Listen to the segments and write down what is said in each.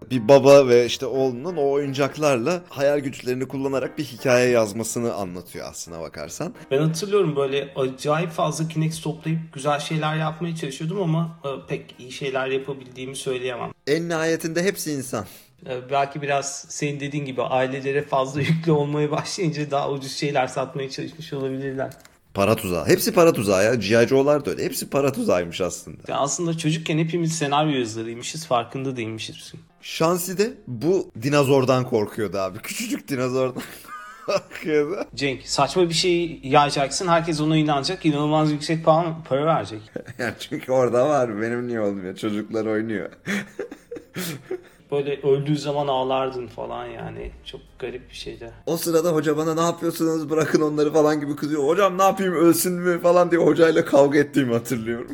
bir baba ve işte oğlunun o oyuncaklarla hayal güçlerini kullanarak bir hikaye yazmasını anlatıyor aslına bakarsan. Ben hatırlıyorum böyle acayip fazla Kinex toplayıp güzel şeyler yapmaya çalışıyordum ama pek iyi şeyler yapabildiğimi söyleyemem. En nihayetinde hepsi insan. Belki biraz senin dediğin gibi ailelere fazla yüklü olmaya başlayınca daha ucuz şeyler satmaya çalışmış olabilirler. Para tuzağı. Hepsi para tuzağı ya. G.I. Joe'lar da öyle. Hepsi para tuzağıymış aslında. Yani aslında çocukken hepimiz senaryo yazarıymışız, farkında değilmişiz. Shansi de bu dinozordan korkuyordu abi. Küçücük dinozordan korkuyordu. Cenk, saçma bir şey yazacaksın, herkes ona inanacak, inanılmaz yüksek para verecek. Yani çünkü orada var. Benim niye olmuyor? Çocuklar oynuyor. Böyle öldüğü zaman ağlardın falan yani. Çok garip bir şeydi. O sırada hoca bana ne yapıyorsunuz bırakın onları falan gibi kızıyor. Hocam ne yapayım ölsün mü falan diye hocayla kavga ettiğimi hatırlıyorum.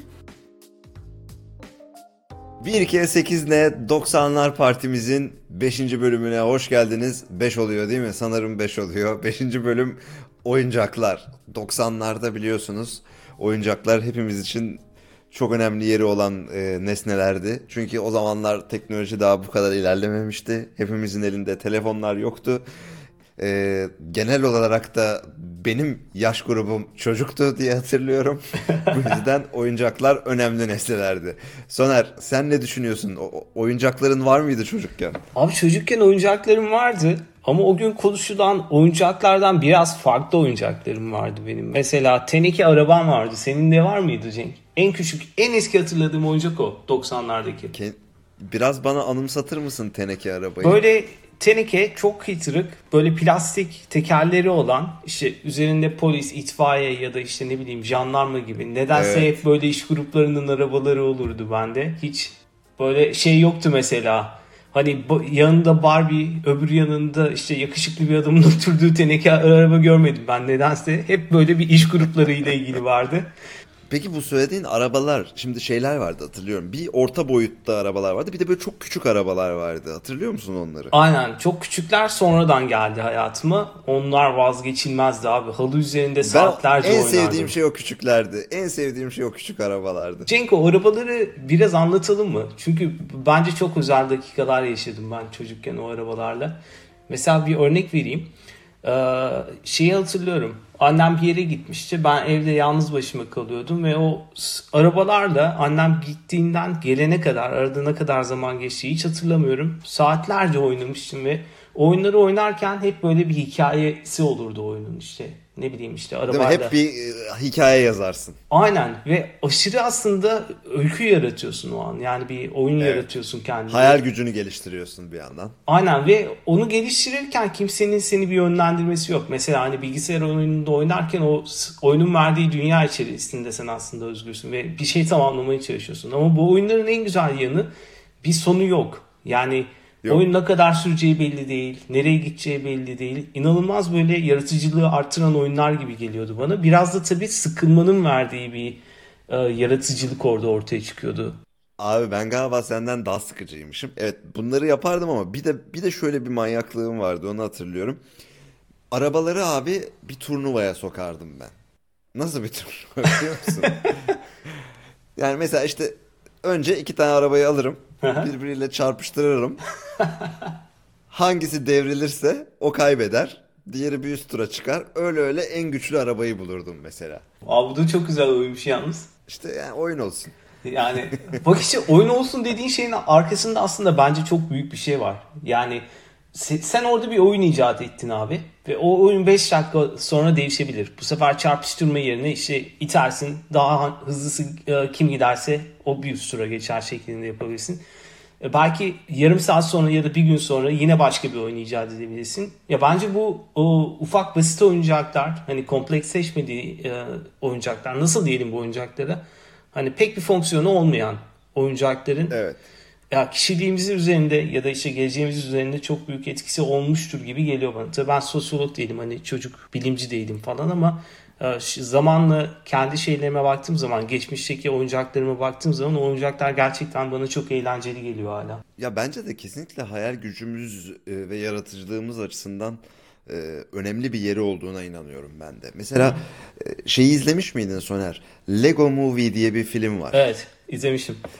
Bir kere 8 ne 90'lar partimizin 5. bölümüne hoş geldiniz. 5 oluyor değil mi? Sanırım 5 oluyor. 5. bölüm oyuncaklar. 90'larda biliyorsunuz oyuncaklar hepimiz için çok önemli yeri olan nesnelerdi. Çünkü o zamanlar teknoloji daha bu kadar ilerlememişti. Hepimizin elinde telefonlar yoktu. Genel olarak da benim yaş grubum çocuktu diye hatırlıyorum. Bu yüzden oyuncaklar önemli nesnelerdi. Soner, sen ne düşünüyorsun? Oyuncakların var mıydı çocukken? Abi çocukken oyuncaklarım vardı ama o gün konuşulan oyuncaklardan biraz farklı oyuncaklarım vardı benim. Mesela teneke arabam vardı. Senin de var mıydı Cenk? En küçük, en eski hatırladığım oyuncak o 90'lardaki. Biraz bana anımsatır mısın teneke arabayı? Böyle teneke çok kıtırık, böyle plastik tekerleri olan, işte üzerinde polis, itfaiye ya da işte ne bileyim jandarma gibi. Nedense Evet. hep böyle iş gruplarının arabaları olurdu bende. Hiç böyle şey yoktu mesela. Hani yanında Barbie, öbür yanında işte yakışıklı bir adamın oturduğu teneke araba görmedim ben. Nedense hep böyle bir iş gruplarıyla ilgili vardı. Peki bu söylediğin arabalar, şimdi şeyler vardı hatırlıyorum. Bir orta boyutta arabalar vardı, bir de böyle çok küçük arabalar vardı. Hatırlıyor musun onları? Aynen, çok küçükler sonradan geldi hayatıma. Onlar vazgeçilmezdi abi. Halı üzerinde Ben saatlerce en sevdiğim oynardım. şey o küçüklerdi. En sevdiğim şey o küçük arabalardı. Cenk, o arabaları biraz anlatalım mı? Çünkü bence çok özel dakikalar yaşadım ben çocukken o arabalarla. Mesela bir örnek vereyim. Şeyi hatırlıyorum. Annem bir yere gitmişti. Ben evde yalnız başıma kalıyordum ve o arabalarla annem gittiğinden gelene kadar, aradığına kadar zaman geçti hiç hatırlamıyorum. Saatlerce oynamıştım ve oyunları oynarken hep böyle bir hikayesi olurdu oyunun işte. Ne bileyim işte Değil mi? arabayla. Hep bir hikaye yazarsın. Aynen, ve aşırı aslında öykü yaratıyorsun o an. Yani bir oyun Evet. yaratıyorsun kendine. Hayal gücünü geliştiriyorsun bir yandan. Aynen, ve onu geliştirirken kimsenin seni bir yönlendirmesi yok. Mesela hani bilgisayar oyununda oynarken o oyunun verdiği dünya içerisinde sen aslında özgürsün ve bir şey tamamlamaya çalışıyorsun. Ama bu oyunların en güzel yanı, bir sonu yok. Yani Yok. oyun ne kadar süreceği belli değil, nereye gideceği belli değil. İnanılmaz böyle yaratıcılığı artıran oyunlar gibi geliyordu bana. Biraz da tabii sıkılmanın verdiği bir yaratıcılık orada ortaya çıkıyordu. Abi ben galiba senden daha sıkıcıymışım. Evet bunları yapardım ama bir de şöyle bir manyaklığım vardı onu hatırlıyorum. Arabaları abi bir turnuvaya sokardım ben. Nasıl bir turnuva biliyor musun? Yani mesela işte önce 2 tane arabayı alırım. Birbiriyle çarpıştırırım. Hangisi devrilirse o kaybeder. Diğeri bir üst tura çıkar. Öyle öyle en güçlü arabayı bulurdum mesela. Abi bu da çok güzel oyunmuş yalnız. İşte yani oyun olsun. Yani bak işte, oyun olsun dediğin şeyin arkasında aslında bence çok büyük bir şey var. Yani sen orada bir oyun icat ettin abi ve o oyun 5 dakika sonra değişebilir. Bu sefer çarpıştırma yerine işte itersin, daha hızlısı kim giderse o bir üst tura geçer şeklinde yapabilirsin. Belki yarım saat sonra ya da bir gün sonra yine başka bir oyun icat edebilirsin. Ya bence bu o ufak basit oyuncaklar, hani kompleksleşmediği oyuncaklar, nasıl diyelim bu oyuncaklara? Hani pek bir fonksiyonu olmayan oyuncakların Evet. ya kişiliğimizin üzerinde ya da işte geleceğimiz üzerinde çok büyük etkisi olmuştur gibi geliyor bana. Tabii ben sosyolog değilim, hani çocuk bilimci değilim falan ama zamanla kendi şeylerime baktığım zaman, geçmişteki oyuncaklarıma baktığım zaman o oyuncaklar gerçekten bana çok eğlenceli geliyor hala. Ya bence de kesinlikle hayal gücümüz ve yaratıcılığımız açısından e, önemli bir yeri olduğuna inanıyorum ben de. Mesela şeyi izlemiş miydin Soner? Lego Movie diye bir film var. Evet, izlemişim.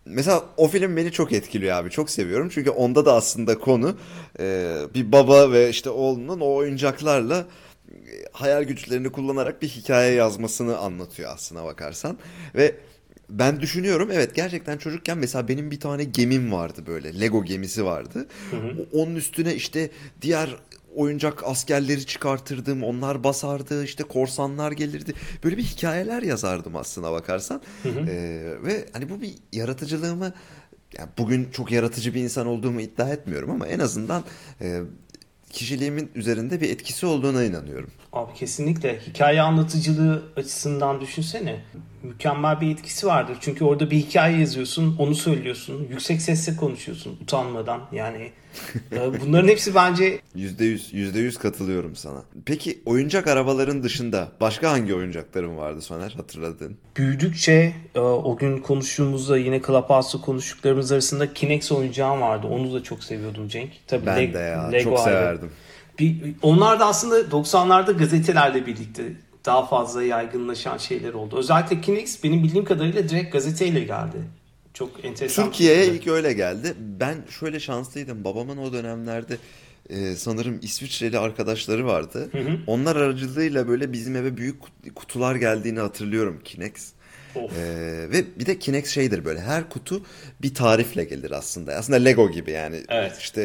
Mesela o film beni çok etkiliyor abi. Çok seviyorum. Çünkü onda da aslında konu bir baba ve işte oğlunun o oyuncaklarla hayal güçlerini kullanarak bir hikaye yazmasını anlatıyor aslına bakarsan. Ve ben düşünüyorum, evet, gerçekten çocukken mesela benim bir tane gemim vardı, böyle Lego gemisi vardı. Hı hı. Onun üstüne işte diğer oyuncak askerleri çıkartırdım. Onlar basardı, işte korsanlar gelirdi. Böyle bir hikayeler yazardım aslına bakarsan. Hı hı. Ve hani bu bir yaratıcılığımı, yani bugün çok yaratıcı bir insan olduğumu iddia etmiyorum ama en azından e, kişiliğimin üzerinde bir etkisi olduğuna inanıyorum. Abi kesinlikle hikaye anlatıcılığı açısından düşünsene. Mükemmel bir etkisi vardır. Çünkü orada bir hikaye yazıyorsun, onu söylüyorsun. Yüksek sesle konuşuyorsun utanmadan. Yani bunların hepsi bence %100, %100 katılıyorum sana. Peki oyuncak arabaların dışında başka hangi oyuncakların vardı Soner, hatırladın? büyüdükçe o gün konuştuğumuzda yine Clubhouse'da konuştuklarımız arasında Kinex oyuncağım vardı. Onu da çok seviyordum Cenk. Tabii Ben de ya, Lego çok ayrı. severdim. Onlar da aslında 90'larda gazetelerle birlikte daha fazla yaygınlaşan şeyler oldu. Özellikle Kinex benim bildiğim kadarıyla direkt gazeteyle geldi. Çok enteresan bir Türkiye'ye şekilde. ilk öyle geldi. Ben şöyle şanslıydım. Babamın o dönemlerde sanırım İsviçreli arkadaşları vardı. Hı hı. Onlar aracılığıyla böyle bizim eve büyük kutular geldiğini hatırlıyorum, Kinex. Of. Ve bir de Kinex şeydir, böyle her kutu bir tarifle gelir aslında. Aslında Lego gibi yani, Evet. işte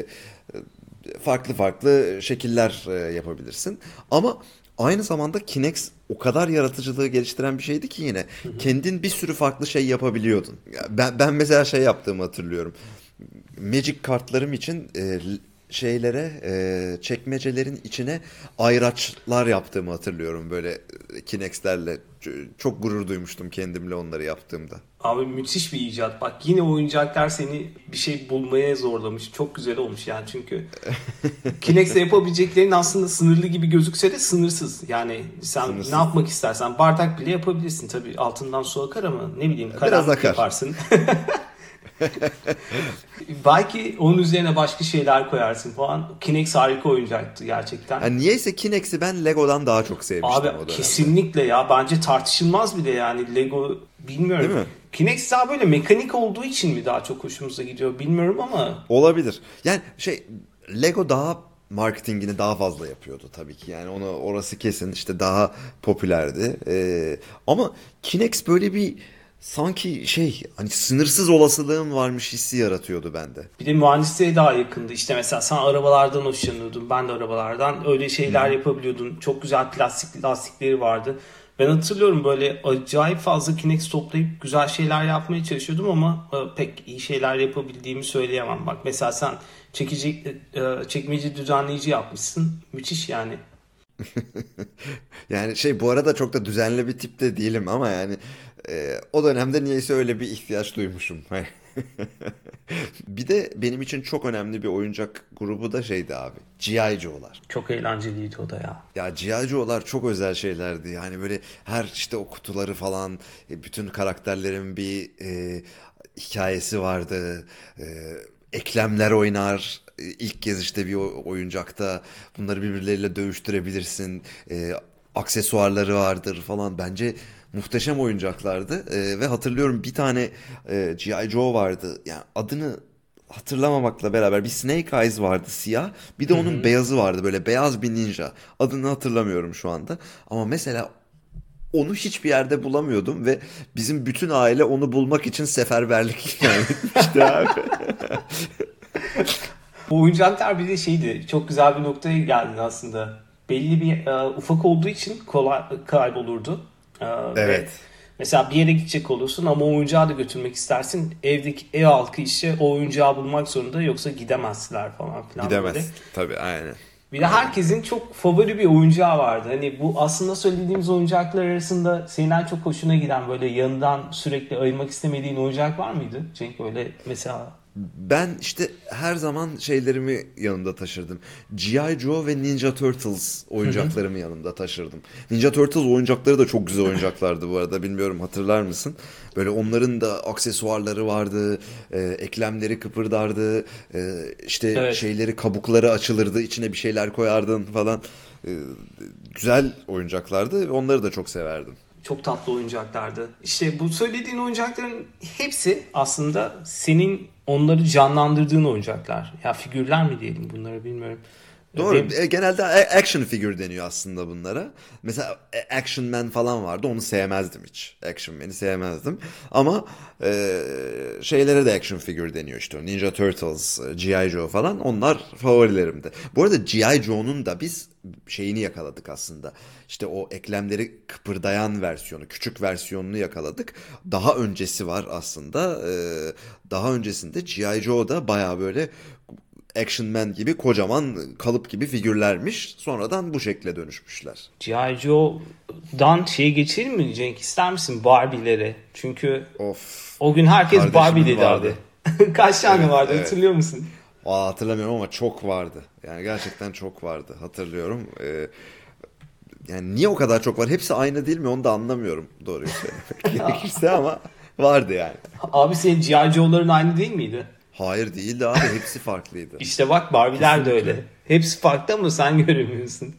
farklı farklı şekiller yapabilirsin. Ama aynı zamanda Kinex o kadar yaratıcılığı geliştiren bir şeydi ki yine kendin bir sürü farklı şey yapabiliyordun. Ya ben mesela şey yaptığımı hatırlıyorum. Magic kartlarım için şeylere, çekmecelerin içine ayraçlar yaptığımı hatırlıyorum, böyle Kinex'lerle. Çok gurur duymuştum kendimle onları yaptığımda. Abi müthiş bir icat. Bak yine oyuncaklar seni bir şey bulmaya zorlamış. Çok güzel olmuş yani çünkü Kinex'le yapabileceklerin aslında sınırlı gibi gözükse de sınırsız. Yani sen ne Sınırsız. yapmak istersen bardak bile yapabilirsin. Tabii altından su akar ama ne bileyim Biraz karanlık akar. yaparsın. Belki onun üzerine başka şeyler koyarsın falan. Kinex harika oyuncaktı gerçekten. Yani niyeyse Kinex'i ben Lego'dan daha çok Abi sevmiştim o dönemde. kesinlikle ya bence tartışılmaz bile yani Lego Değil bilmiyorum. mi? Kinex daha böyle mekanik olduğu için mi daha çok hoşumuza gidiyor bilmiyorum ama Olabilir. Yani şey, Lego daha marketingini daha fazla yapıyordu tabii ki. Yani onu, orası kesin, işte daha popülerdi. Ama Kinex böyle bir sanki şey, hani sınırsız olasılığım varmış hissi yaratıyordu bende. bir de mühendisliğe daha yakındı. İşte mesela sen arabalardan hoşlanıyordun ben de arabalardan öyle şeyler yapabiliyordun. Çok güzel plastik lastikleri vardı. Ben hatırlıyorum böyle acayip fazla Kinex toplayıp güzel şeyler yapmaya çalışıyordum ama pek iyi şeyler yapabildiğimi söyleyemem. Bak mesela sen çekmece düzenleyici yapmışsın. Müthiş yani. Yani şey, bu arada çok da düzenli bir tip de değilim ama yani o dönemde niyeyse öyle bir ihtiyaç duymuşum. Bir de benim için çok önemli bir oyuncak grubu da şeydi abi, G.I. Joe'lar. Çok eğlenceliydi o da ya. Ya G.I. Joe'lar çok özel şeylerdi. Yani böyle her işte o kutuları falan, bütün karakterlerin bir hikayesi vardı. E, Eklemler oynar. İlk kez işte bir oyuncakta bunları birbirleriyle dövüştürebilirsin. Aksesuarları vardır falan. Bence muhteşem oyuncaklardı. Ve hatırlıyorum, bir tane G.I. Joe vardı. Yani adını hatırlamamakla beraber bir Snake Eyes vardı, siyah. Bir de Hı onun hı. beyazı vardı, böyle beyaz bir ninja. Adını hatırlamıyorum şu anda. Ama mesela onu hiçbir yerde bulamıyordum ve bizim bütün aile onu bulmak için seferberlik ilan etmişti abi. Bu oyuncaklar bir de şeydi. Çok güzel bir noktaya geldin aslında. Belli bir ufak olduğu için kolay kaybolurdu. Ve Evet. mesela bir yere gidecek olursun ama o oyuncağı da götürmek istersin. Evdeki ev halkı işte o oyuncağı bulmak zorunda yoksa gidemezler falan filan böyle. Gidemez. Tabii, aynen. Bir de herkesin çok favori bir oyuncağı vardı. Hani bu aslında söylediğimiz oyuncaklar arasında senin en çok hoşuna giden böyle yanından sürekli ayırmak istemediğin oyuncak var mıydı? Cenk öyle mesela. Ben işte her zaman şeylerimi yanımda taşırdım. G.I. Joe ve Ninja Turtles oyuncaklarımı yanımda taşırdım. Ninja Turtles oyuncakları da çok güzel oyuncaklardı bu arada. Bilmiyorum, hatırlar mısın? Böyle onların da aksesuarları vardı. Eklemleri kıpırdardı. İşte Evet. şeyleri, kabukları açılırdı. İçine bir şeyler koyardın falan. E, Güzel oyuncaklardı. Onları da çok severdim. Çok tatlı oyuncaklardı. İşte bu söylediğin oyuncakların hepsi aslında senin onları canlandırdığın oyuncaklar. Ya figürler mi diyelim bunlara, bilmiyorum. Doğru. Benim- Genelde action figür deniyor aslında bunlara. Mesela Action Man falan vardı. Onu sevmezdim hiç. Action Man'i sevmezdim. Ama şeylere de action figür deniyor işte. Ninja Turtles, G.I. Joe falan. Onlar favorilerimdi. Bu arada G.I. Joe'nun da biz şeyini yakaladık aslında. İşte o eklemleri kıpırdayan versiyonu, küçük versiyonunu yakaladık. Daha öncesi var aslında. Daha öncesinde G.I. Joe da baya böyle Action Man gibi kocaman kalıp gibi figürlermiş. Sonradan bu şekle dönüşmüşler. G.I. Joe'dan şeye geçelim mi Cenk? İster misin Barbie'lere? Çünkü Of. o gün herkes Kardeşimin Barbie dedi vardı. abi. Kaç tane Evet, vardı evet. hatırlıyor musun? Hatırlamıyorum ama çok vardı. Yani gerçekten çok vardı. Hatırlıyorum. Yani niye o kadar çok var? Hepsi aynı değil mi? Onu da anlamıyorum. Doğruyu söylemek gerekirse ama vardı yani. Abi senin G.I. Joe'ların aynı değil miydi? Hayır değildi abi. Hepsi farklıydı. İşte bak Barbie'ler de öyle. Hepsi farklı ama sen göremiyorsun.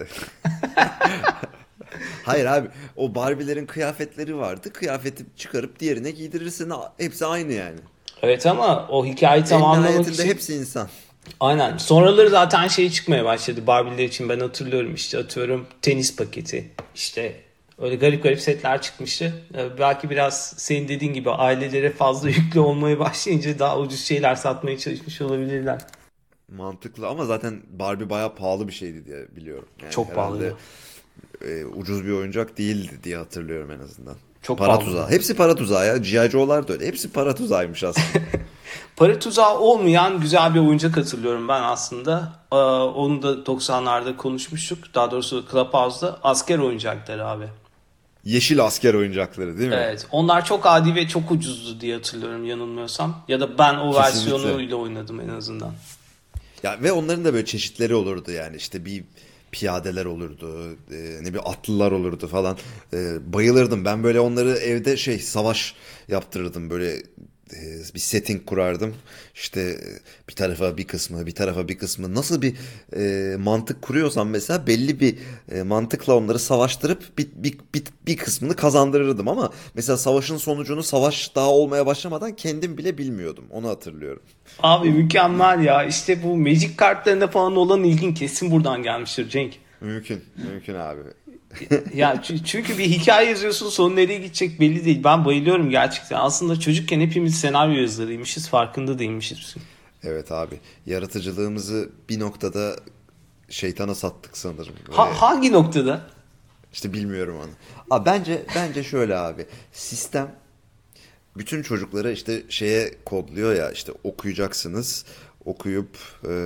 Hayır abi. O Barbie'lerin kıyafetleri vardı. Kıyafeti çıkarıp diğerine giydirirsin. Hepsi aynı yani. Evet ama o hikayeyi En tamamlamak nihayetinde için... hepsi insan. Aynen. Sonraları zaten şey çıkmaya başladı. Barbie'ler için ben hatırlıyorum, işte atıyorum tenis paketi. İşte öyle garip garip setler çıkmıştı. Belki biraz senin dediğin gibi ailelere fazla yüklü olmaya başlayınca daha ucuz şeyler satmaya çalışmış olabilirler. Mantıklı ama zaten Barbie bayağı pahalı bir şeydi diye biliyorum. Yani Çok herhalde pahalı. ucuz bir oyuncak değildi diye hatırlıyorum en azından. Çok Para pahalı. tuzağı. Hepsi para tuzağı ya. G.I. Joe'lar da öyle. Hepsi para tuzağıymış aslında. Para tuzağı olmayan güzel bir oyuncak hatırlıyorum ben aslında. Onu da 90'larda konuşmuştuk. Daha doğrusu Clubhouse'da asker oyuncakları abi. Yeşil asker oyuncakları değil mi? Evet. Onlar çok adi ve çok ucuzdu diye hatırlıyorum yanılmıyorsam. Ya da ben o Kesinlikle. versiyonuyla oynadım en azından. Ya ve onların da böyle çeşitleri olurdu yani. İşte bir piyadeler olurdu, ne bir atlılar olurdu falan. Bayılırdım. Ben böyle onları evde savaş yaptırırdım. Böyle bir setting kurardım. İşte bir tarafa bir kısmı, bir tarafa bir kısmı. Nasıl bir mantık kuruyorsam mesela belli bir mantıkla onları savaştırıp bir kısmını kazandırırdım. Ama mesela savaşın sonucunu savaş daha olmaya başlamadan kendim bile bilmiyordum. Onu hatırlıyorum. Abi mükemmel ya. İşte bu Magic kartlarına falan olan ilgin kesin buradan gelmiştir Cenk. Mümkün, mümkün abi. Ya çünkü bir hikaye yazıyorsun, sonu nereye gidecek belli değil. Ben bayılıyorum gerçekten. Aslında çocukken hepimiz senaryo yazarıymışız, farkında değilmişiz. Evet abi. Yaratıcılığımızı bir noktada şeytana sattık sanırım. Hangi noktada? İşte bilmiyorum onu. Bence şöyle abi. Sistem bütün çocukları işte kodluyor ya, işte okuyacaksınız. Okuyup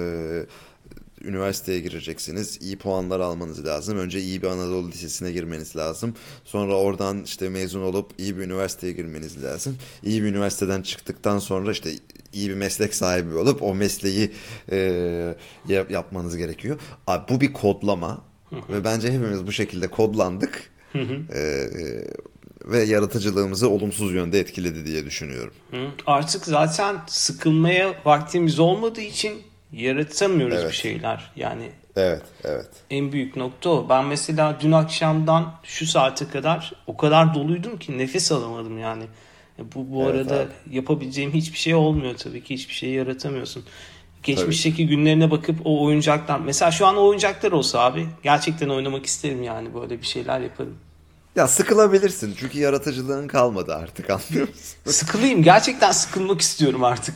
üniversiteye gireceksiniz. İyi puanlar almanız lazım. Önce iyi bir Anadolu Lisesi'ne girmeniz lazım. Sonra oradan işte mezun olup iyi bir üniversiteye girmeniz lazım. İyi bir üniversiteden çıktıktan sonra işte iyi bir meslek sahibi olup o mesleği yapmanız gerekiyor. Abi bu bir kodlama ve bence hepimiz bu şekilde kodlandık. Ve yaratıcılığımızı olumsuz yönde etkiledi diye düşünüyorum. Artık zaten sıkılmaya vaktimiz olmadığı için yaratamıyoruz Evet. bir şeyler. Yani Evet, evet. en büyük nokta o. Ben mesela dün akşamdan şu saate kadar o kadar doluydum ki nefes alamadım yani. Bu Evet arada abi. yapabileceğim hiçbir şey olmuyor tabii ki. Hiçbir şey yaratamıyorsun. Geçmişteki günlerine bakıp o oyuncaklar. Mesela şu an o oyuncaklar olsa abi gerçekten oynamak isterim yani. Böyle bir şeyler yaparım. Ya sıkılabilirsin çünkü yaratıcılığın kalmadı artık, anlıyor musun? Sıkılayım. Gerçekten sıkılmak istiyorum artık.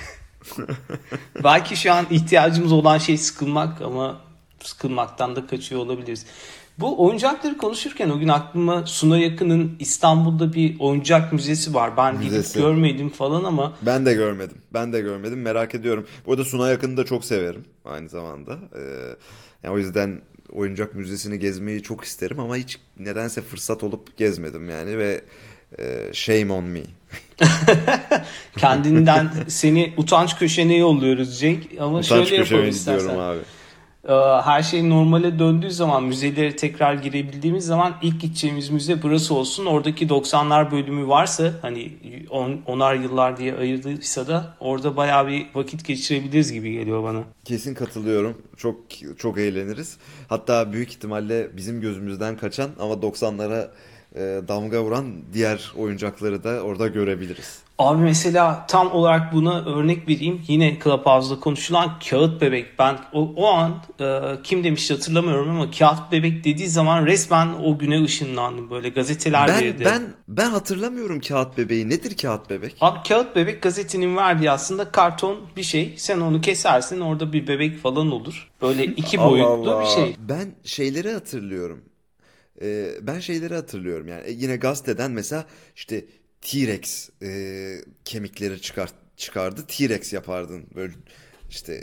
Belki şu an ihtiyacımız olan şey sıkılmak ama sıkılmaktan da kaçıyor olabiliriz. Bu oyuncakları konuşurken o gün aklıma Suna Yakın'ın İstanbul'da bir oyuncak müzesi var. Ben gidip Müzesi. görmedim falan ama Ben de görmedim. Ben de görmedim. Merak ediyorum. Bu arada Suna Yakın'ı da çok severim aynı zamanda. Yani o yüzden oyuncak müzesini gezmeyi çok isterim ama hiç nedense fırsat olup gezmedim yani ve shame on me. kendinden seni utanç köşene yolluyoruz Cenk. Ama Utanç şöyle yapalım köşeme istersen. gidiyorum abi. Her şey normale döndüğü zaman, müzelere tekrar girebildiğimiz zaman ilk gideceğimiz müze burası olsun. Oradaki 90'lar bölümü varsa hani 10'ar yıllar diye ayırdıysa da orada bayağı bir vakit geçirebiliriz gibi geliyor bana. Kesin katılıyorum. Çok çok eğleniriz. Hatta büyük ihtimalle bizim gözümüzden kaçan ama 90'lara damga vuran diğer oyuncakları da orada görebiliriz. Abi mesela tam olarak buna örnek vereyim. Yine Clubhouse'da konuşulan kağıt bebek. Ben o an kim demişti hatırlamıyorum ama kağıt bebek dediği zaman resmen o güne ışınlandım. Böyle gazeteler verdi. Ben hatırlamıyorum kağıt bebeği. Nedir kağıt bebek? Abi kağıt bebek gazetenin verdiği aslında karton bir şey. Sen onu kesersin orada bir bebek falan olur. Böyle iki boyutlu bir şey. Ben şeyleri hatırlıyorum. Yani yine gazeteden mesela işte T-Rex kemikleri çıkardı. T-Rex yapardın. Böyle işte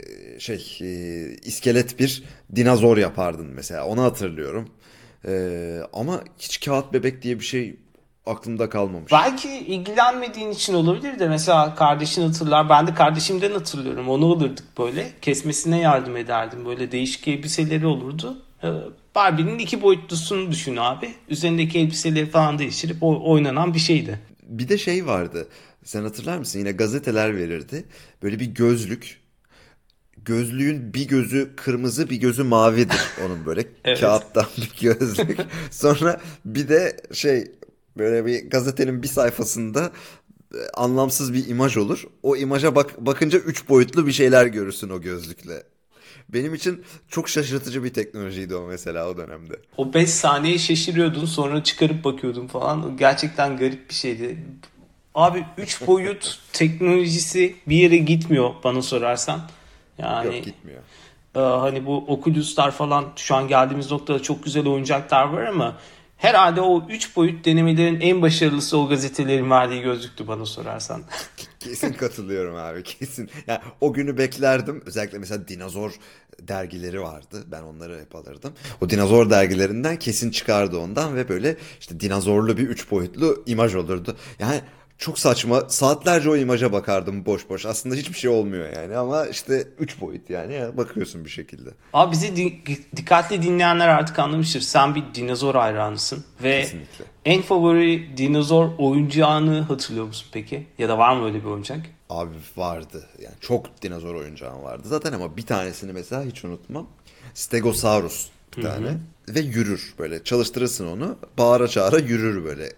iskelet bir dinozor yapardın mesela. Onu hatırlıyorum. Ama hiç kağıt bebek diye bir şey aklımda kalmamış. Belki ilgilenmediğin için olabilir de mesela kardeşin hatırlar. Ben de kardeşimden hatırlıyorum. Onu alırdık böyle. Kesmesine yardım ederdim. Böyle değişik elbiseleri olurdu. Barbie'nin 2 boyutlusunu düşün abi. Üzerindeki elbiseleri falan değiştirip oynanan bir şeydi. Bir de şey vardı. Sen hatırlar mısın? Yine gazeteler verirdi. Böyle bir gözlük. Gözlüğün bir gözü kırmızı bir gözü mavidir. Onun böyle Evet. kağıttan bir gözlük. Sonra bir de böyle bir gazetenin bir sayfasında anlamsız bir imaj olur. O imaja bakınca 3 boyutlu bir şeyler görürsün o gözlükle. Benim için çok şaşırtıcı bir teknolojiydi o mesela o dönemde. O 5 saniye şaşırıyordun sonra çıkarıp bakıyordun falan. Gerçekten garip bir şeydi. Abi 3 boyut teknolojisi bir yere gitmiyor bana sorarsan. Yani Yok gitmiyor. hani bu Oculus'lar falan şu an geldiğimiz noktada çok güzel oyuncaklar var ama herhalde o 3 boyut denemelerin en başarılısı o gazetelerin verdiği gözlüktü bana sorarsan. Kesin katılıyorum abi kesin. Yani o günü beklerdim. Özellikle mesela dinozor dergileri vardı. Ben onları hep alırdım. O dinozor dergilerinden kesin çıkardı ondan ve böyle işte dinozorlu bir 3 boyutlu imaj olurdu. Yani çok saçma. Saatlerce o imaja bakardım boş boş. Aslında hiçbir şey olmuyor yani ama işte 3 boyut yani ya bakıyorsun bir şekilde. Abi bizi dikkatli dinleyenler artık anlamıştır. Sen bir dinozor hayranısın ve Kesinlikle. en favori dinozor oyuncağını hatırlıyor musun peki? Ya da var mı öyle bir oyuncak? Abi vardı. Yani çok dinozor oyuncağım vardı zaten ama bir tanesini mesela hiç unutmam. Stegosaurus bir tane. Ve yürür böyle. Çalıştırırsın onu. Bağıra çağıra yürür böyle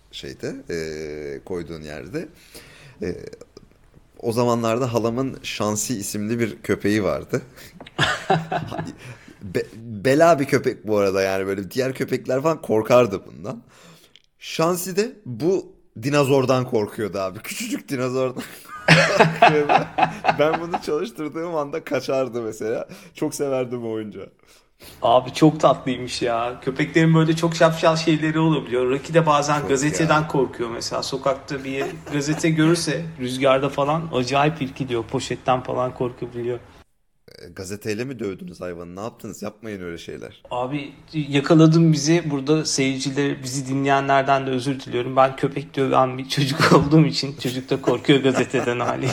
koyduğun yerde. E, O zamanlarda halamın Şansi isimli bir köpeği vardı. Bela bir köpek bu arada yani böyle diğer köpekler falan korkardı bundan. Şansi de bu dinozordan korkuyordu abi. Küçücük dinozordan korkuyordu. Ben bunu çalıştırdığım anda kaçardı mesela. Çok severdim o oyuncağı. Abi çok tatlıymış ya. Köpeklerin böyle çok şapşal şeyleri olabiliyor. Rocky de bazen Çok gazeteden ya. korkuyor mesela. Sokakta bir gazete görürse rüzgarda falan acayip irkiliyor. Poşetten falan korkabiliyor. Gazeteyle mi dövdünüz hayvanı? Ne yaptınız? Yapmayın öyle şeyler. Abi yakaladın bizi. Burada seyirciler, bizi dinleyenlerden de özür diliyorum. Ben köpek döven bir çocuk olduğum için çocuk da korkuyor gazeteden haliyle.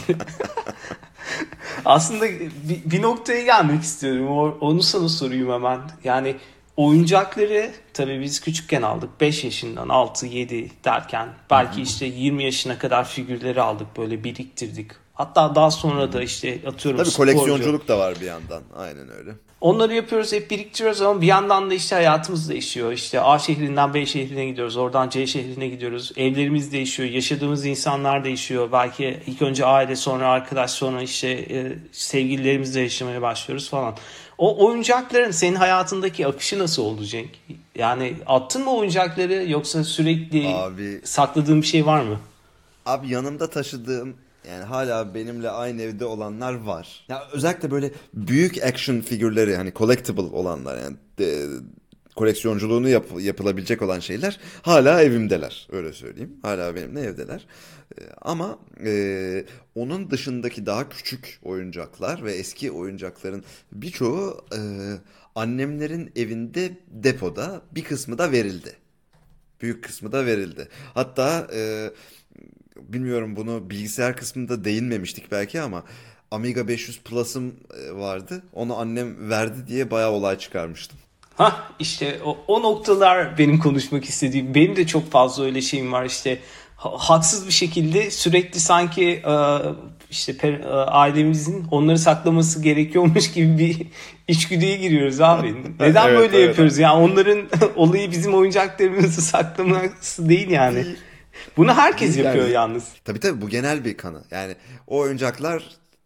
Aslında bir noktaya gelmek istiyorum. Onu sana sorayım hemen. Yani oyuncakları tabii biz küçükken aldık. 5 yaşından 6, 7 derken belki işte 20 yaşına kadar figürleri aldık. Böyle biriktirdik. Hatta daha sonra da işte atıyorum Tabii sporcu. koleksiyonculuk da var bir yandan. Aynen öyle. Onları yapıyoruz, hep biriktiriyoruz ama bir yandan da işte hayatımız değişiyor. İşte A şehrinden B şehrine gidiyoruz, oradan C şehrine gidiyoruz. Evlerimiz değişiyor, yaşadığımız insanlar değişiyor. Belki ilk önce aile, sonra arkadaş, sonra işte sevgililerimizle yaşamaya başlıyoruz falan. O oyuncakların senin hayatındaki akışı nasıl oldu Cenk? Yani attın mı oyuncakları yoksa sürekli Abi sakladığın bir şey var mı? Abi yanımda taşıdığım yani hala benimle aynı evde olanlar var. Ya özellikle böyle büyük action figürleri hani collectible olanlar yani koleksiyonculuğunu yapılabilecek olan şeyler hala evimdeler. Öyle söyleyeyim. Hala benimle evdeler. Ama onun dışındaki daha küçük oyuncaklar ve eski oyuncakların birçoğu annemlerin evinde depoda bir kısmı da verildi. Büyük kısmı da verildi. Hatta bilmiyorum bunu bilgisayar kısmında değinmemiştik belki ama Amiga 500 Plus'ım vardı. Onu annem verdi diye bayağı olay çıkarmıştım. İşte o noktalar benim konuşmak istediğim. Benim de çok fazla öyle şeyim var işte haksız bir şekilde sürekli sanki işte ailemizin onları saklaması gerekiyormuş gibi bir içgüdüye giriyoruz abi. Neden Evet, böyle evet. yapıyoruz? Yani onların olayı bizim oyuncaklarımızı saklaması değil yani. Bunu herkes Değil yapıyor yani. yalnız. Tabii bu genel bir kanı. Yani o oyuncaklar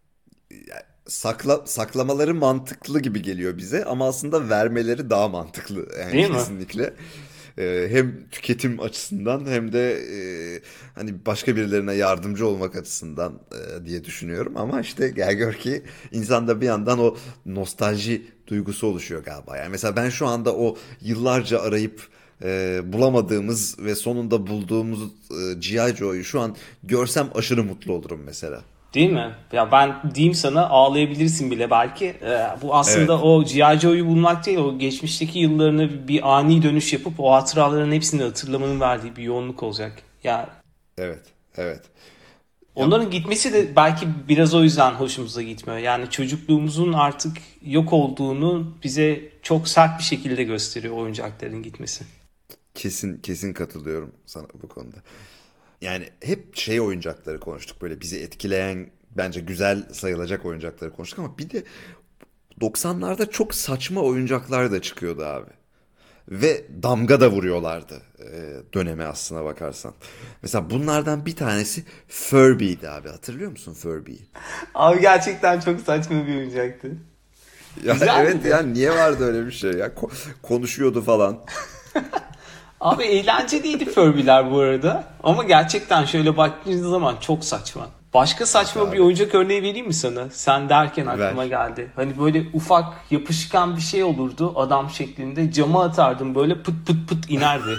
saklamaları mantıklı gibi geliyor bize ama aslında vermeleri daha mantıklı yani Değil mi? kesinlikle. Hem tüketim açısından hem de hani başka birilerine yardımcı olmak açısından diye düşünüyorum ama işte gel gör ki insanda bir yandan o nostalji duygusu oluşuyor galiba. Yani mesela ben şu anda o yıllarca arayıp bulamadığımız ve sonunda bulduğumuz G.I. Joe'yu şu an görsem aşırı mutlu olurum mesela. Değil mi? Ya ben diyeyim sana ağlayabilirsin bile belki. Bu Evet. aslında o G.I. Joe'yu bulmak değil, o geçmişteki yıllarına bir ani dönüş yapıp o hatıraların hepsini hatırlamanın verdiği bir yoğunluk olacak. Ya Evet, evet. Ya onların gitmesi de belki biraz o yüzden hoşumuza gitmiyor. Yani çocukluğumuzun artık yok olduğunu bize çok sert bir şekilde gösteriyor oyuncakların gitmesi. kesin katılıyorum sana bu konuda. Yani hep şey oyuncakları konuştuk böyle bizi etkileyen bence güzel sayılacak oyuncakları konuştuk ama bir de 90'larda çok saçma oyuncaklar da çıkıyordu abi. Ve damga da vuruyorlardı döneme aslına bakarsan. Mesela bunlardan bir tanesi Furby'di abi. Hatırlıyor musun Furby'yi? Abi gerçekten çok saçma bir oyuncaktı. Ya Güzel evet miydi? ya niye vardı öyle bir şey ya? Konuşuyordu falan. Abi eğlenceliydi Furby'ler bu arada. Ama gerçekten şöyle baktığınız zaman çok saçma. Başka Bak saçma bir abi. oyuncak örneği vereyim mi sana? Sen derken aklıma Ver. geldi. Hani böyle ufak yapışkan bir şey olurdu adam şeklinde. Cama atardım böyle pıt pıt pıt inerdi.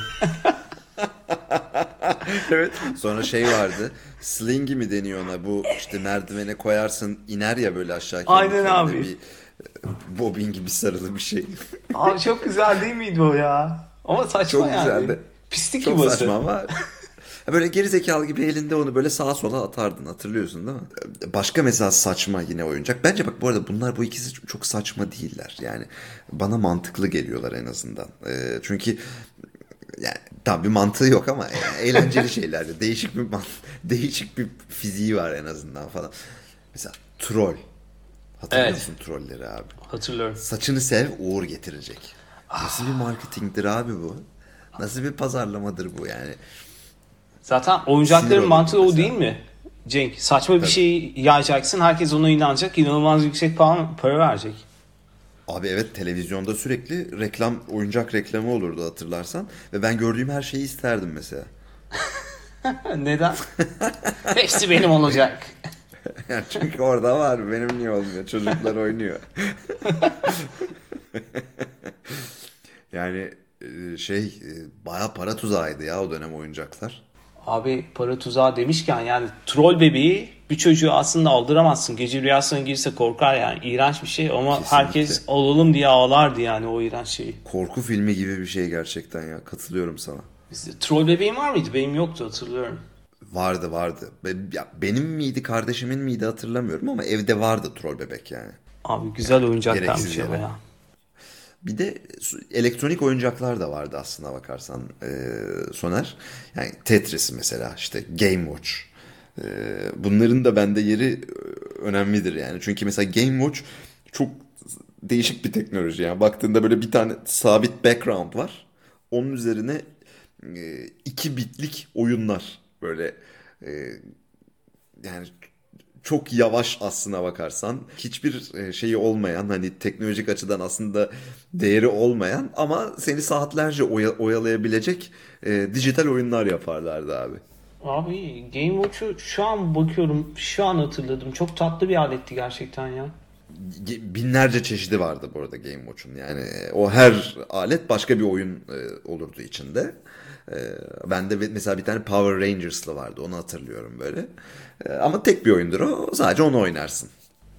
Evet. Sonra şey vardı. Slingy mi deniyor ona? Bu işte merdivene koyarsın iner ya böyle aşağı kendi Aynen kendine abi. bir bobin gibi sarılı bir şey. Abi çok güzel değil miydi o ya? Ama saçma Çok yani. güzeldi. Pislik Çok yuvası. saçma ama böyle geri zekalı gibi elinde onu böyle sağa sola atardın hatırlıyorsun değil mi? Başka mesela saçma yine oyuncak. Bence bak bu arada bu ikisi çok saçma değiller. Yani bana mantıklı geliyorlar en azından. Çünkü yani tam bir mantığı yok ama eğlenceli şeyler. Değişik bir fiziği var en azından falan. Mesela troll. Hatırlıyor Evet, musun trolleri abi? hatırlıyorum. Saçını sev uğur getirecek. Nasıl bir marketingdir abi bu? Nasıl bir pazarlamadır bu yani? Zaten Sinir oyuncakların olurdum mantığı o mesela. değil mi? Cenk, saçma bir Tabii. şey yayacaksın, herkes ona inanacak, inanılmaz yüksek para verecek. Abi evet televizyonda sürekli oyuncak reklamı olurdu hatırlarsan. Ve ben gördüğüm her şeyi isterdim mesela. Neden? Hepsi benim olacak. Yani çünkü orada var benim niye olmuyor çocuklar oynuyor. Yani bayağı para tuzağıydı ya o dönem oyuncaklar. Abi para tuzağı demişken yani troll bebeği bir çocuğu aslında aldıramazsın. Gece rüyasına girse korkar yani. İğrenç bir şey ama Kesinlikle. herkes alalım diye ağlardı yani o iğrenç şeyi. Korku filmi gibi bir şey gerçekten ya katılıyorum sana. Bizde troll bebeğin var mıydı? Benim yoktu hatırlıyorum. Vardı. Benim miydi kardeşimin miydi hatırlamıyorum ama evde vardı troll bebek yani. Abi güzel oyuncaklarmış Gereksiz ya yalan. ya. Bir de elektronik oyuncaklar da vardı aslına bakarsan Soner. Yani Tetris mesela işte Game Watch. Bunların da bende yeri önemlidir yani. Çünkü mesela Game Watch çok değişik bir teknoloji yani. Baktığında böyle bir tane sabit background var. Onun üzerine 2 bitlik oyunlar böyle e, yani çok yavaş aslına bakarsan hiçbir şeyi olmayan hani teknolojik açıdan aslında değeri olmayan ama seni saatlerce oyalayabilecek dijital oyunlar yaparlardı abi. Abi Game Watch'u şu an bakıyorum, şu an hatırladım. Çok tatlı bir aletti gerçekten ya. Binlerce çeşidi vardı bu arada Game Watch'un yani o her alet başka bir oyun olurdu içinde. Bende mesela bir tane Power Rangers'lı vardı onu hatırlıyorum böyle. Ama tek bir oyundur o sadece onu oynarsın.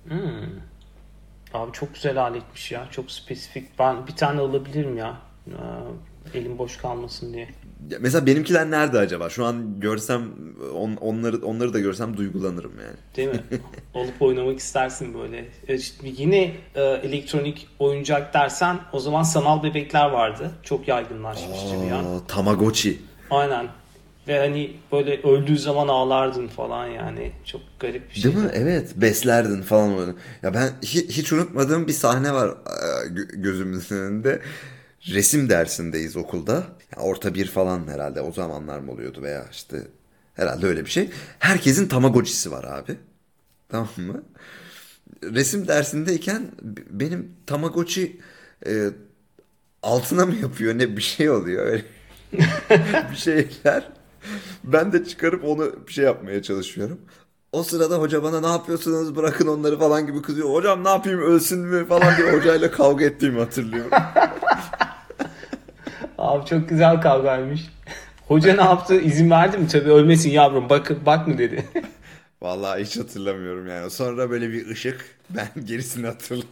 Abi çok güzel aletmiş ya. Çok spesifik. Ben bir tane alabilirim ya. Elim boş kalmasın diye. Ya mesela benimkiler nerede acaba? Şu an görsem onları da görsem duygulanırım yani. Değil mi? Olup oynamak istersin böyle. Yine elektronik oyuncak dersen o zaman sanal bebekler vardı. Çok yaygınlaşmıştı bir an. Tamagotchi. Aynen. Ve hani böyle öldüğü zaman ağlardın falan yani. Çok garip bir şey. Değil mi? Evet. Beslerdin falan onu. Ya ben hiç unutmadığım bir sahne var gözümün önünde. Resim dersindeyiz okulda. Ya orta bir falan herhalde. O zamanlar mı oluyordu veya işte herhalde öyle bir şey. Herkesin Tamagotchi'si var abi. Tamam mı? Resim dersindeyken benim Tamagotchi e, altına mı yapıyor ne bir şey oluyor öyle bir şeyler. Ben de çıkarıp onu bir şey yapmaya çalışıyorum. O sırada hoca bana ne yapıyorsunuz bırakın onları falan gibi kızıyor. Hocam ne yapayım ölsün mü falan diye hocayla kavga ettiğimi hatırlıyorum. Abi çok güzel kavgaymış. Hoca ne yaptı? İzin verdi mi? Tabii ölmesin yavrum. Bak mı dedi. Vallahi hiç hatırlamıyorum yani. Sonra böyle bir ışık ben gerisini hatırlıyorum.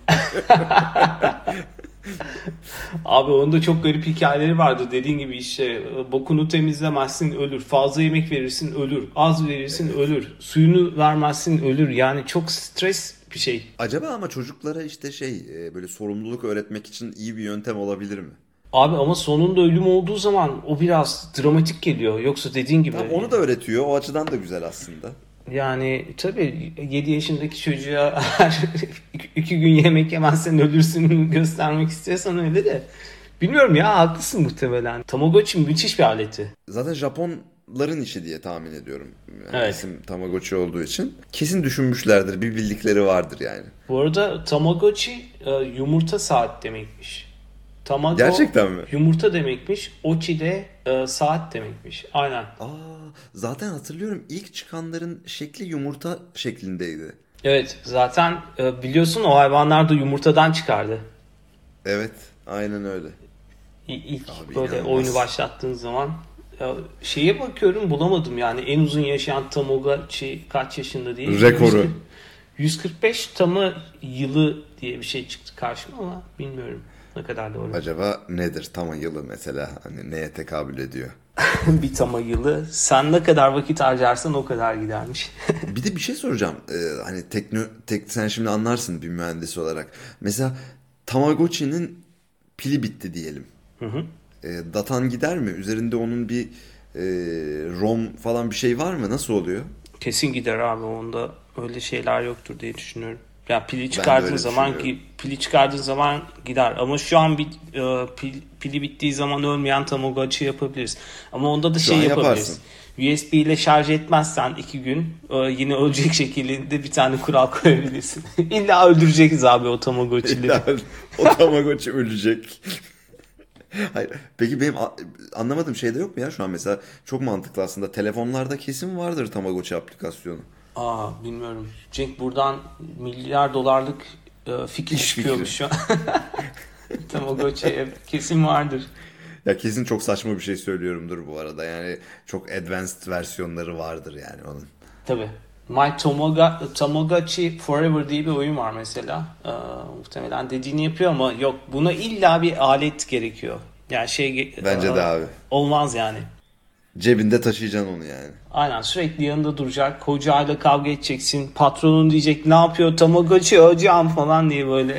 Abi onun da çok garip hikayeleri vardı. Dediğin gibi işte bokunu temizlemezsin ölür. Fazla yemek verirsin ölür. Az verirsin ölür. Suyunu vermezsin ölür. Yani çok stres bir şey. Acaba ama çocuklara işte böyle sorumluluk öğretmek için iyi bir yöntem olabilir mi? Abi ama sonunda ölüm olduğu zaman o biraz dramatik geliyor. Yoksa dediğin gibi Tamam onu da öğretiyor. O açıdan da güzel aslında. yani tabii 7 yaşındaki çocuğa eğer 2 gün yemek yemezsen ölürsün göstermek istiyorsan öyle de. Bilmiyorum ya haklısın muhtemelen. Tamagotchi müthiş bir aleti. Zaten Japonların işi diye tahmin ediyorum. Yani Evet. isim Tamagotchi olduğu için. Kesin düşünmüşlerdir. Bir bildikleri vardır yani. Bu arada Tamagotchi yumurta saat demekmiş. Tamago Gerçekten mi? yumurta demekmiş. Ochi de saat demekmiş. Aynen. Aa, zaten hatırlıyorum ilk çıkanların şekli yumurta şeklindeydi. Evet zaten biliyorsun o hayvanlar da yumurtadan çıkardı. Evet, aynen öyle. İlk Abi böyle inanılmaz. oyunu başlattığın zaman şeye bakıyorum bulamadım yani en uzun yaşayan Tamagotchi kaç yaşında diye. Rekoru. 145 tamı yılı diye bir şey çıktı karşıma ama bilmiyorum ne kadar doğru. Acaba nedir tam yılı mesela? Hani neye tekabül ediyor? Bir tama yılı sen ne kadar vakit harcarsan o kadar gidermiş. Bir de bir şey soracağım. Hani sen şimdi anlarsın bir mühendis olarak. Mesela Tamagotchi'nin pili bitti diyelim. Hı hı. Datan gider mi? Üzerinde onun bir ROM falan bir şey var mı? Nasıl oluyor? Kesin gider abi onda öyle şeyler yoktur diye düşünüyorum. Ya öyle pili çıkardığın zaman gider ama şu an bir pili bittiği zaman ölmeyen Tamagotchi yapabiliriz. Ama onda da Şu şey an yapabiliriz. yaparsın. USB ile şarj etmezsen 2 gün yine ölecek şekilde bir tane kural koyabilirsin. İlla öldüreceğiz abi o Tamagotchi'leri. O Tamagotchi ölecek. Hayır. Peki benim anlamadığım şey de yok mu ya şu an mesela çok mantıklı aslında. Telefonlarda kesin vardır Tamagotchi aplikasyonu. Aa bilmiyorum. Cenk buradan milyar dolarlık fikir İş çıkıyormuş fikri. şu an. Tamagotchi kesin vardır. Ya kesin çok saçma bir şey söylüyorumdur bu arada. Yani çok advanced versiyonları vardır yani onun. Tabii. Tamagotchi Forever diye bir oyun var mesela. Muhtemelen dediğini yapıyor ama yok buna illa bir alet gerekiyor. Yani Bence de abi. olmaz yani. Cebinde taşıyacaksın onu yani. Aynen sürekli yanında duracak. Hocayla kavga edeceksin. Patronun diyecek ne yapıyor Tamagotchi hocam falan diye böyle.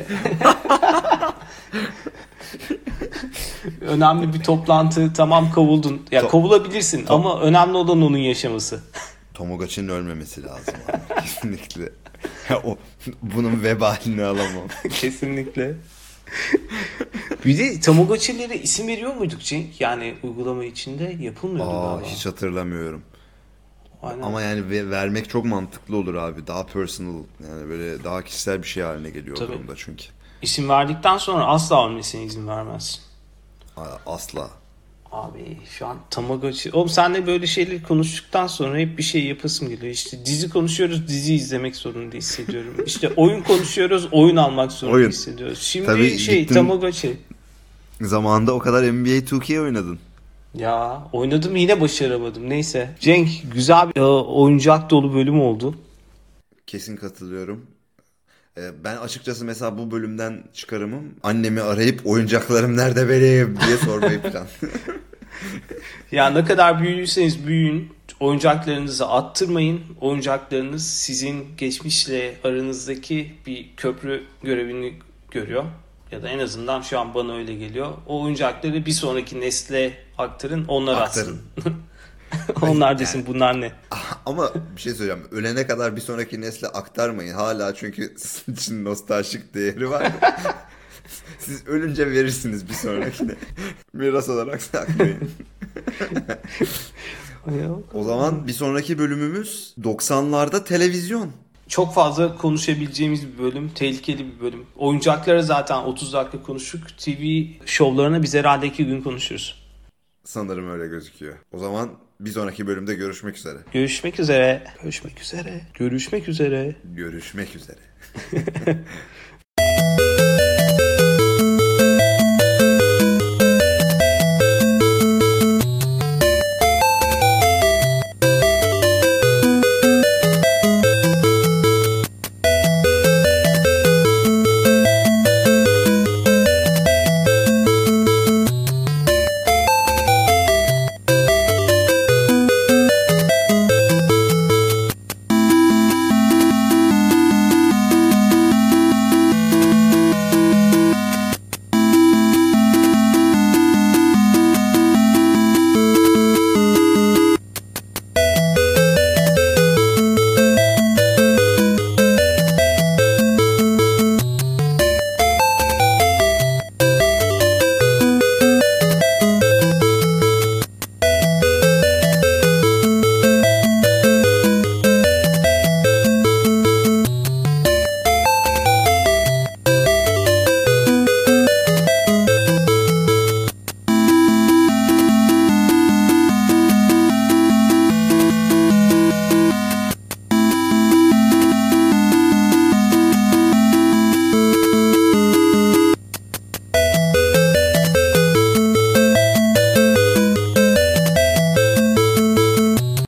Önemli bir toplantı tamam kovuldun. Ya kovulabilirsin ama önemli olan onun yaşaması. Tamagotchi'nin ölmemesi lazım abi. Kesinlikle. Ya bunun vebalini alamam. Kesinlikle. Bir de Tamagotchi'lere isim veriyor muyduk Cenk? Yani uygulama içinde yapılmıyordu galiba. Hiç hatırlamıyorum. Aynen. Ama yani vermek çok mantıklı olur abi. Daha personal yani böyle daha kişisel bir şey haline geliyor o Tabii. durumda çünkü. İsim verdikten sonra asla ölmesine izin vermez. Asla. Abi şu an Tamagotchi. Oğlum senle böyle şeyleri konuştuktan sonra hep bir şey yapasım geliyor. İşte dizi konuşuyoruz, dizi izlemek zorunda hissediyorum. İşte oyun konuşuyoruz, oyun almak zorunda hissediyoruz. Şimdi Tabii gittin- Tamagotchi. Zamanında o kadar NBA 2K oynadın. Ya oynadım yine başaramadım. Neyse. Cenk güzel bir oyuncak dolu bölüm oldu. Kesin katılıyorum. Ben açıkçası mesela bu bölümden çıkarımım annemi arayıp oyuncaklarım nerede benim diye sormayı plan. Ya ne kadar büyürseniz büyüyün. Oyuncaklarınızı attırmayın. Oyuncaklarınız sizin geçmişle aranızdaki bir köprü görevini görüyor. Ya da en azından şu an bana öyle geliyor. O oyuncakları bir sonraki nesle aktarın, onlar Aktarın. atsın. Onlar desin bunlar ne? Ama bir şey söyleyeceğim. Ölene kadar bir sonraki nesle aktarmayın. Hala çünkü sizin için nostaljik değeri var. Siz ölünce verirsiniz bir sonrakine. Miras olarak saklayın. O zaman bir sonraki bölümümüz 90'larda televizyon. Çok fazla konuşabileceğimiz bir bölüm. Tehlikeli bir bölüm. Oyuncaklara zaten 30 dakika konuştuk. TV şovlarına biz herhalde 2 gün konuşuruz. Sanırım öyle gözüküyor. O zaman bir sonraki bölümde görüşmek üzere. Görüşmek üzere. Görüşmek üzere. Görüşmek üzere. Görüşmek üzere.